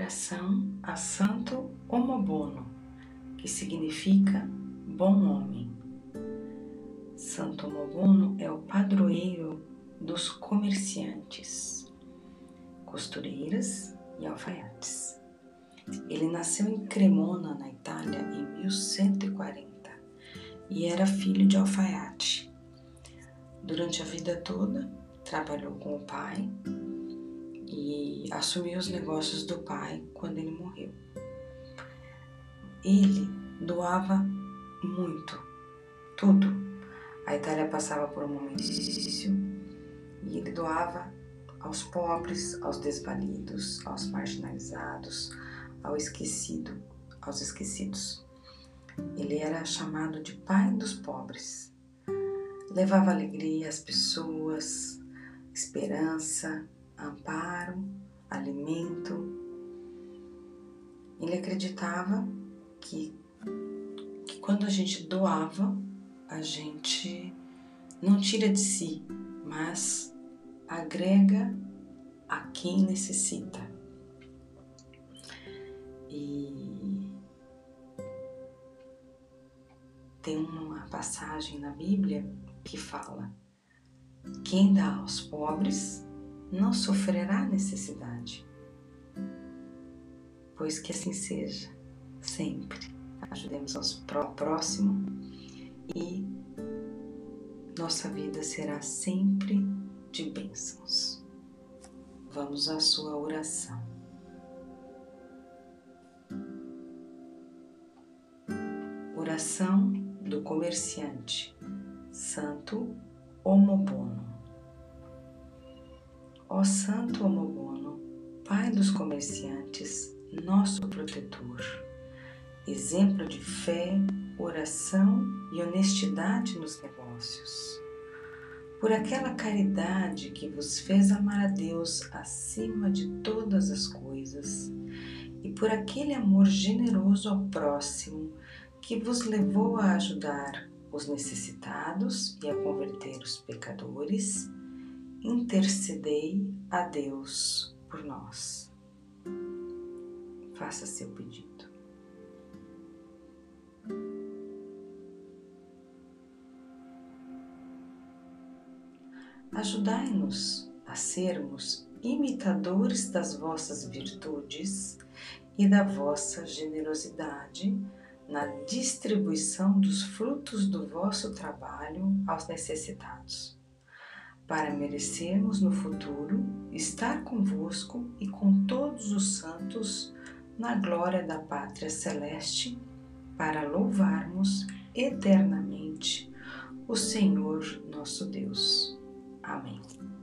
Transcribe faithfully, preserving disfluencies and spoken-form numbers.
Oração a Santo Omobono, que significa bom homem. Santo Omobono é o padroeiro dos comerciantes, costureiras e alfaiates. Ele nasceu em Cremona, na Itália, em mil cento e quarenta e era filho de alfaiate. Durante a vida toda, trabalhou com o pai e assumiu os negócios do pai quando ele morreu. Ele doava muito, tudo. A Itália passava por um momento difícil e ele doava aos pobres, aos desvalidos, aos marginalizados, ao esquecido, aos esquecidos. Ele era chamado de pai dos pobres. Levava alegria às pessoas, esperança, amparo, alimento. Ele acreditava que, que quando a gente doava, a gente não tira de si, mas agrega a quem necessita. E tem uma passagem na Bíblia que fala: quem dá aos pobres não sofrerá necessidade. Pois que assim seja, sempre. Ajudemos ao próximo e nossa vida será sempre de bênçãos. Vamos à sua oração. Oração do comerciante, Santo Omobono. Ó Santo Omobono, Pai dos comerciantes, nosso protetor, exemplo de fé, oração e honestidade nos negócios, por aquela caridade que vos fez amar a Deus acima de todas as coisas e por aquele amor generoso ao próximo que vos levou a ajudar os necessitados e a converter os pecadores, intercedei a Deus por nós. Faça seu pedido. Ajudai-nos a sermos imitadores das vossas virtudes e da vossa generosidade na distribuição dos frutos do vosso trabalho aos necessitados, para merecermos no futuro estar convosco e com todos os santos na glória da pátria celeste, para louvarmos eternamente o Senhor nosso Deus. Amém.